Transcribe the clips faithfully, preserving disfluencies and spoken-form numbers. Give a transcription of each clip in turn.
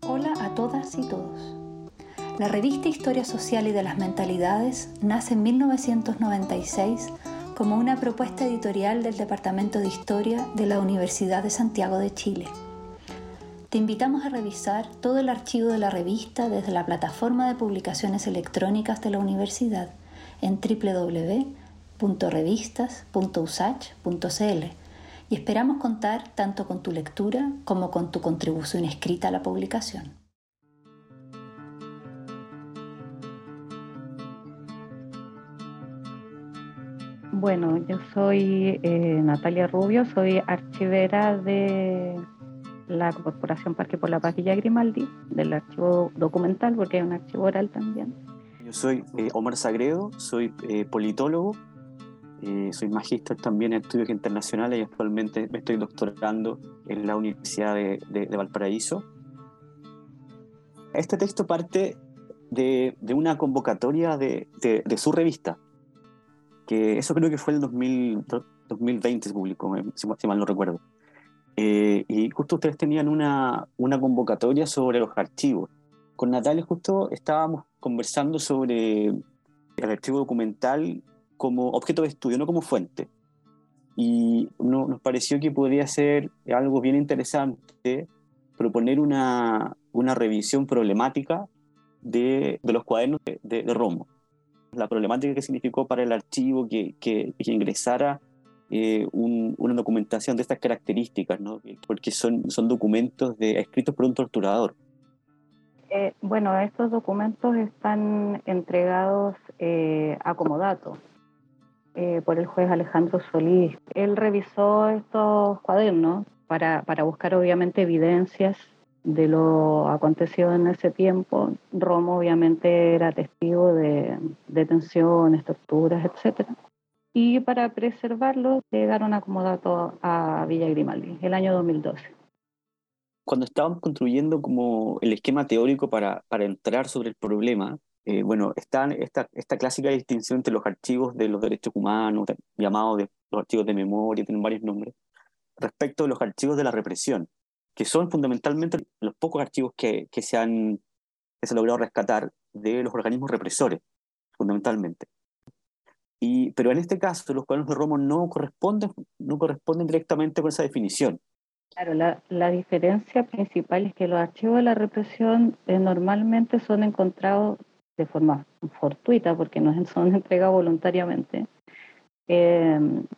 Hola a todas y todos. La revista Historia Social y de las Mentalidades nace en mil novecientos noventa y seis como una propuesta editorial del Departamento de Historia de la Universidad de Santiago de Chile. Te invitamos a revisar todo el archivo de la revista desde la plataforma de publicaciones electrónicas de la universidad en doble u doble u doble u punto revistas punto u s a c h punto c l y esperamos contar tanto con tu lectura como con tu contribución escrita a la publicación. Bueno, yo soy eh, Natalia Rubio, soy archivera de la Corporación Parque por la Paz Villa Grimaldi, del archivo documental, porque hay un archivo oral también. Yo soy eh, Omar Sagredo, soy eh, politólogo, eh, soy magíster también en estudios internacionales y actualmente me estoy doctorando en la Universidad de, de, de Valparaíso. Este texto parte de, de una convocatoria de, de, de su revista, que eso creo que fue el dos mil, dos mil veinte se publicó, si, si mal no recuerdo. Eh, y justo ustedes tenían una, una convocatoria sobre los archivos. Con Natalia justo estábamos conversando sobre el archivo documental como objeto de estudio, no como fuente. Y no, nos pareció que podría ser algo bien interesante proponer una, una revisión problemática de, de los cuadernos de, de, de Romo. La problemática que significó para el archivo que, que, que ingresara eh, un, una documentación de estas características, ¿no? Porque son, son documentos de, escritos por un torturador. Eh, bueno, estos documentos están entregados eh, a comodato eh, por el juez Alejandro Solís. Él revisó estos cuadernos para, para buscar obviamente evidencias de lo acontecido en ese tiempo. Romo obviamente era testigo de detenciones, torturas, etcétera. Y para preservarlos llegaron a comodato a Villa Grimaldi el año dos mil doce. Cuando estábamos construyendo como el esquema teórico para, para entrar sobre el problema, eh, bueno, está esta, esta clásica distinción entre los archivos de los derechos humanos, llamados de, los archivos de memoria, tienen varios nombres, respecto a los archivos de la represión, que son fundamentalmente los pocos archivos que, que, se han, que se han logrado rescatar de los organismos represores, fundamentalmente. Y, pero en este caso, los cuadernos de Romo no corresponden, no corresponden directamente con esa definición. Claro, la, la diferencia principal es que los archivos de la represión eh, normalmente son encontrados de forma fortuita, porque no son entregados voluntariamente, eh,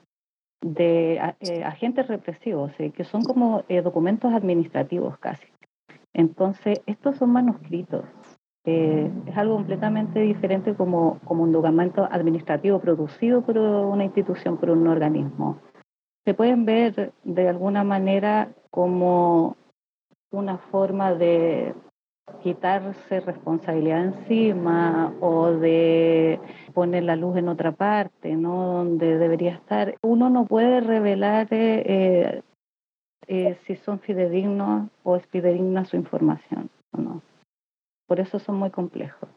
de eh, agentes represivos, eh, que son como eh, documentos administrativos casi. Entonces, estos son manuscritos. Eh, es algo completamente diferente como, como un documento administrativo producido por una institución, por un organismo. Se pueden ver de alguna manera como una forma de quitarse responsabilidad encima o de poner la luz en otra parte, ¿no? Donde debería estar. Uno no puede revelar eh, eh, si son fidedignos o es fidedigna su información o no. Por eso son muy complejos.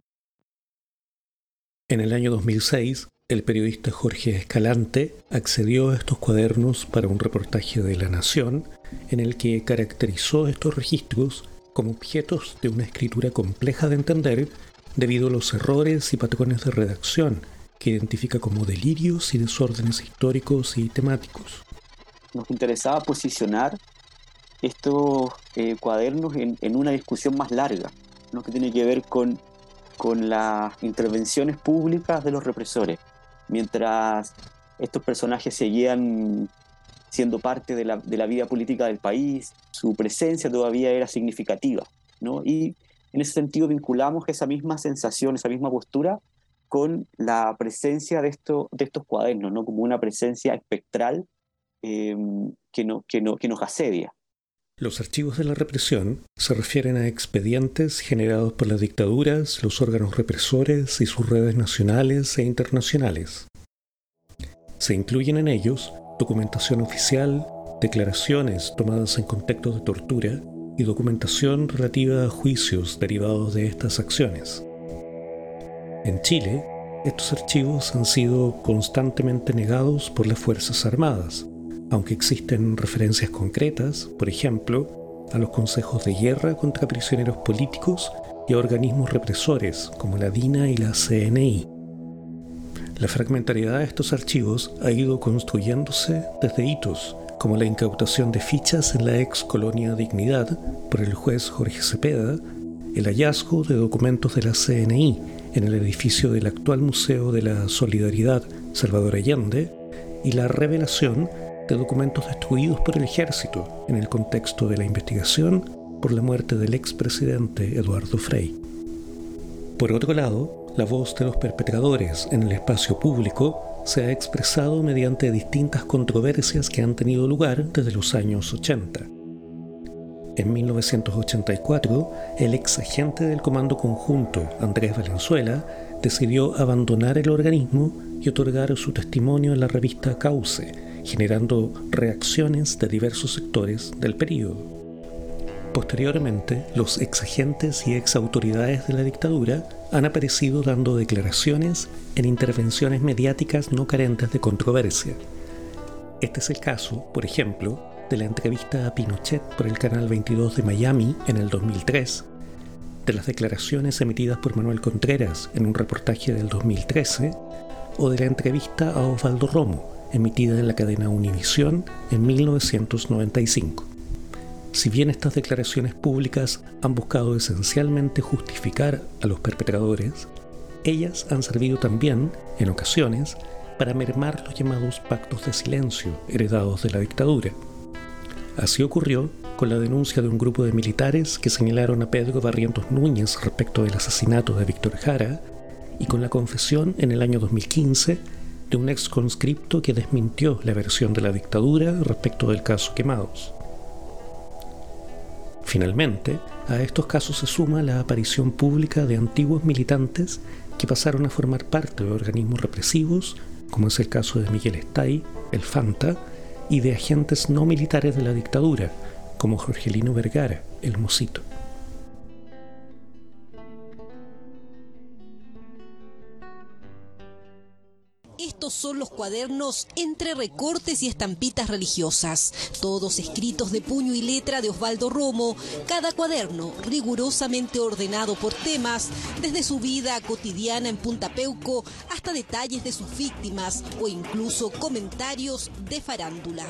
En el año dos mil seis, el periodista Jorge Escalante accedió a estos cuadernos para un reportaje de La Nación en el que caracterizó estos registros como objetos de una escritura compleja de entender debido a los errores y patrones de redacción que identifica como delirios y desórdenes históricos y temáticos. Nos interesaba posicionar estos eh, cuadernos en, en una discusión más larga, ¿no? Que tiene que ver con, con las intervenciones públicas de los represores. Mientras estos personajes seguían siendo parte de la, de la vida política del país, su presencia todavía era significativa, ¿no? Y en ese sentido vinculamos esa misma sensación, esa misma postura con la presencia de, esto, de estos cuadernos, ¿no? Como una presencia espectral eh, que, no, que, no, que nos asedia. Los archivos de la represión se refieren a expedientes generados por las dictaduras, los órganos represores y sus redes nacionales e internacionales. Se incluyen en ellos documentación oficial, declaraciones tomadas en contextos de tortura y documentación relativa a juicios derivados de estas acciones. En Chile, estos archivos han sido constantemente negados por las Fuerzas Armadas, aunque existen referencias concretas, por ejemplo, a los consejos de guerra contra prisioneros políticos y a organismos represores como la DINA y la C N I. La fragmentariedad de estos archivos ha ido construyéndose desde hitos como la incautación de fichas en la ex colonia Dignidad por el juez Jorge Cepeda, el hallazgo de documentos de la C N I en el edificio del actual Museo de la Solidaridad Salvador Allende y la revelación de documentos destruidos por el ejército en el contexto de la investigación por la muerte del expresidente Eduardo Frei. Por otro lado, la voz de los perpetradores en el espacio público se ha expresado mediante distintas controversias que han tenido lugar desde los años ochenta. En mil novecientos ochenta y cuatro, el ex agente del Comando Conjunto, Andrés Valenzuela, decidió abandonar el organismo y otorgar su testimonio en la revista Cauce, generando reacciones de diversos sectores del período. Posteriormente, los exagentes y exautoridades de la dictadura han aparecido dando declaraciones en intervenciones mediáticas no carentes de controversia. Este es el caso, por ejemplo, de la entrevista a Pinochet por el Canal veintidós de Miami en el dos mil tres, de las declaraciones emitidas por Manuel Contreras en un reportaje del dos mil trece, o de la entrevista a Osvaldo Romo, emitida en la cadena Univisión en mil novecientos noventa y cinco. Si bien estas declaraciones públicas han buscado esencialmente justificar a los perpetradores, ellas han servido también, en ocasiones, para mermar los llamados pactos de silencio heredados de la dictadura. Así ocurrió con la denuncia de un grupo de militares que señalaron a Pedro Barrientos Núñez respecto del asesinato de Víctor Jara y con la confesión en el año dos mil quince de un ex conscripto que desmintió la versión de la dictadura respecto del caso Quemados. Finalmente, a estos casos se suma la aparición pública de antiguos militantes que pasaron a formar parte de organismos represivos, como es el caso de Miguel Estay, el Fanta, y de agentes no militares de la dictadura, como Jorgelino Vergara, el Mosito. Estos son los cuadernos entre recortes y estampitas religiosas, todos escritos de puño y letra de Osvaldo Romo, cada cuaderno rigurosamente ordenado por temas, desde su vida cotidiana en Punta Peuco hasta detalles de sus víctimas o incluso comentarios de farándula.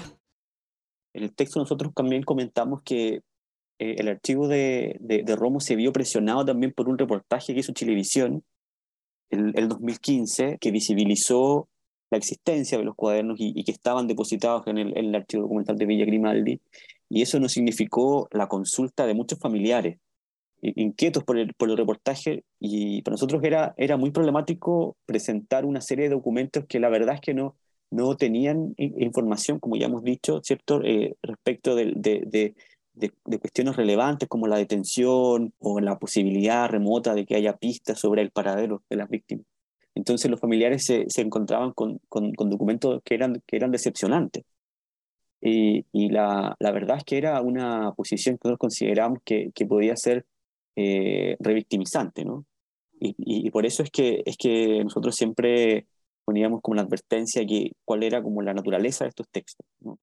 En el texto nosotros también comentamos que eh, el archivo de, de, de Romo se vio presionado también por un reportaje que hizo Chilevisión el, el dos mil quince, que visibilizó la existencia de los cuadernos y, y que estaban depositados en el, en el archivo documental de Villa Grimaldi, y eso nos significó la consulta de muchos familiares inquietos por el, por el reportaje, y para nosotros era, era muy problemático presentar una serie de documentos que la verdad es que no, no tenían información, como ya hemos dicho, ¿cierto? Eh, respecto de, de, de, de, de cuestiones relevantes como la detención o la posibilidad remota de que haya pistas sobre el paradero de las víctimas. Entonces los familiares se, se encontraban con, con, con documentos que eran, que eran decepcionantes. Y, y la, la verdad es que era una posición que nosotros consideramos que, que podía ser eh, revictimizante, ¿no? Y, y, y por eso es que, es que nosotros siempre poníamos como la advertencia que cuál era como la naturaleza de estos textos, ¿no?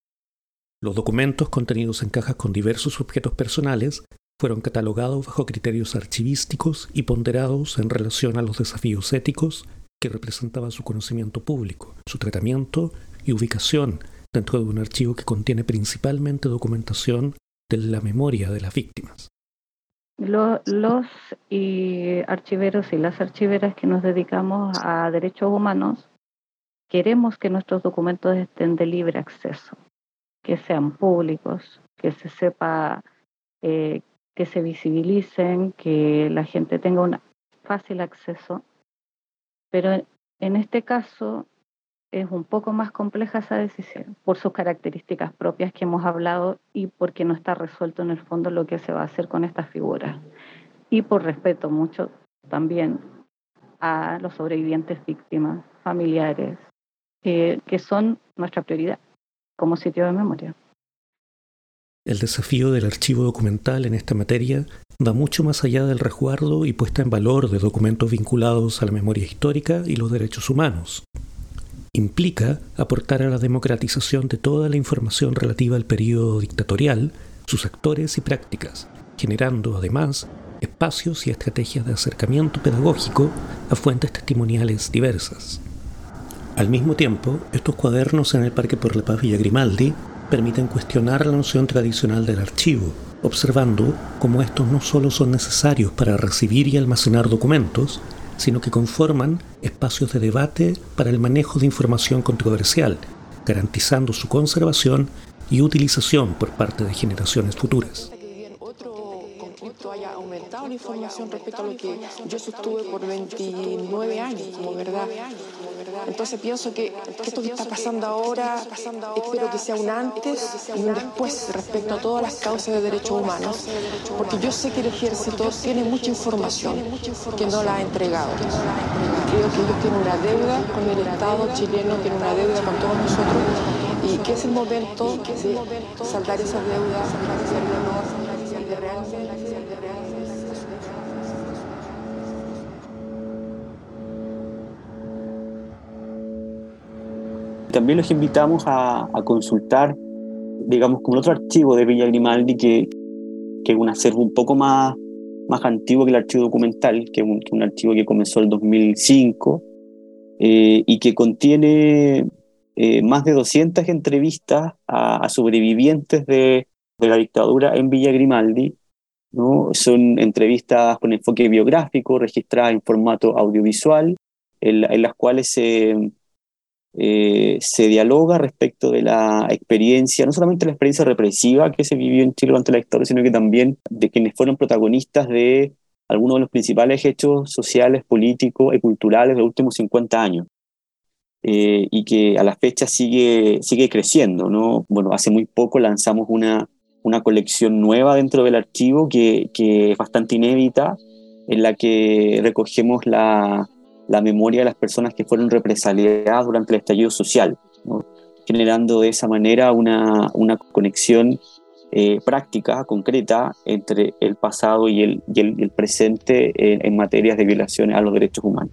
Los documentos contenidos en cajas con diversos objetos personales fueron catalogados bajo criterios archivísticos y ponderados en relación a los desafíos éticos que representaba su conocimiento público, su tratamiento y ubicación dentro de un archivo que contiene principalmente documentación de la memoria de las víctimas. Los, los y archiveros y las archiveras que nos dedicamos a derechos humanos queremos que nuestros documentos estén de libre acceso, que sean públicos, que se sepa, eh, que se visibilicen, que la gente tenga un fácil acceso, pero en este caso es un poco más compleja esa decisión por sus características propias que hemos hablado y porque no está resuelto en el fondo lo que se va a hacer con estas figuras, y por respeto mucho también a los sobrevivientes, víctimas, familiares, eh, que son nuestra prioridad como sitio de memoria. El desafío del archivo documental en esta materia va mucho más allá del resguardo y puesta en valor de documentos vinculados a la memoria histórica y los derechos humanos. Implica aportar a la democratización de toda la información relativa al periodo dictatorial, sus actores y prácticas, generando además espacios y estrategias de acercamiento pedagógico a fuentes testimoniales diversas. Al mismo tiempo, estos cuadernos en el Parque por la Paz Villa Grimaldi permiten cuestionar la noción tradicional del archivo, observando cómo estos no solo son necesarios para recibir y almacenar documentos, sino que conforman espacios de debate para el manejo de información controversial, garantizando su conservación y utilización por parte de generaciones futuras. Haya aumentado la información respecto a lo que yo sostuve por veintinueve años, como verdad. Entonces pienso que, que esto que está pasando ahora, espero que sea un antes y un después respecto a todas las causas de derechos humanos, porque yo sé que el ejército tiene mucha información que no la ha entregado. Creo que ellos tienen una deuda con el Estado chileno, tienen una deuda con todos nosotros, y que es el momento de saldar esa deuda, de realmente. También los invitamos a, a consultar, digamos, como otro archivo de Villa Grimaldi, que, que es un acervo un poco más, más antiguo que el archivo documental, que es un, que un archivo que comenzó en el dos mil cinco eh, y que contiene eh, más de doscientas entrevistas a, a sobrevivientes de, de la dictadura en Villa Grimaldi, ¿no? Son entrevistas con enfoque biográfico, registradas en formato audiovisual, en, en las cuales se... Eh, se dialoga respecto de la experiencia, no solamente la experiencia represiva que se vivió en Chile durante la dictadura, sino que también de quienes fueron protagonistas de algunos de los principales hechos sociales, políticos y culturales de los últimos cincuenta años, eh, y que a la fecha sigue, sigue creciendo, ¿no? Bueno, hace muy poco lanzamos una, una colección nueva dentro del archivo que, que es bastante inédita, en la que recogemos la la memoria de las personas que fueron represaliadas durante el estallido social, ¿no? Generando de esa manera una, una conexión eh, práctica, concreta, entre el pasado y el, y el, el presente en, en materias de violaciones a los derechos humanos.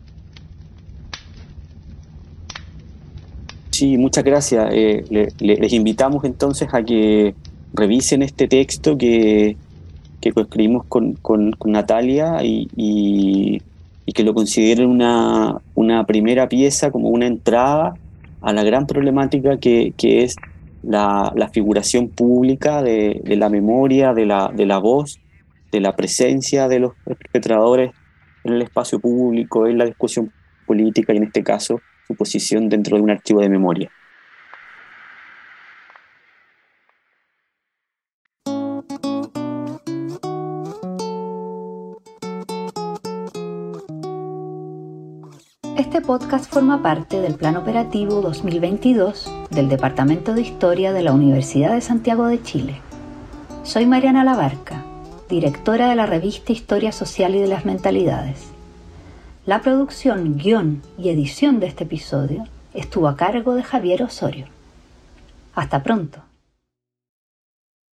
Sí, muchas gracias. Eh, le, le, les invitamos entonces a que revisen este texto que, que coescribimos con, con, con Natalia y, y y que lo consideren una, una primera pieza, como una entrada a la gran problemática que, que es la, la figuración pública de, de la memoria, de la, de la voz, de la presencia de los perpetradores en el espacio público, en la discusión política y en este caso su posición dentro de un archivo de memoria. Este podcast forma parte del Plan Operativo dos mil veintidós del Departamento de Historia de la Universidad de Santiago de Chile. Soy Mariana Labarca, directora de la revista Historia Social y de las Mentalidades. La producción, guión y edición de este episodio estuvo a cargo de Javier Osorio. Hasta pronto.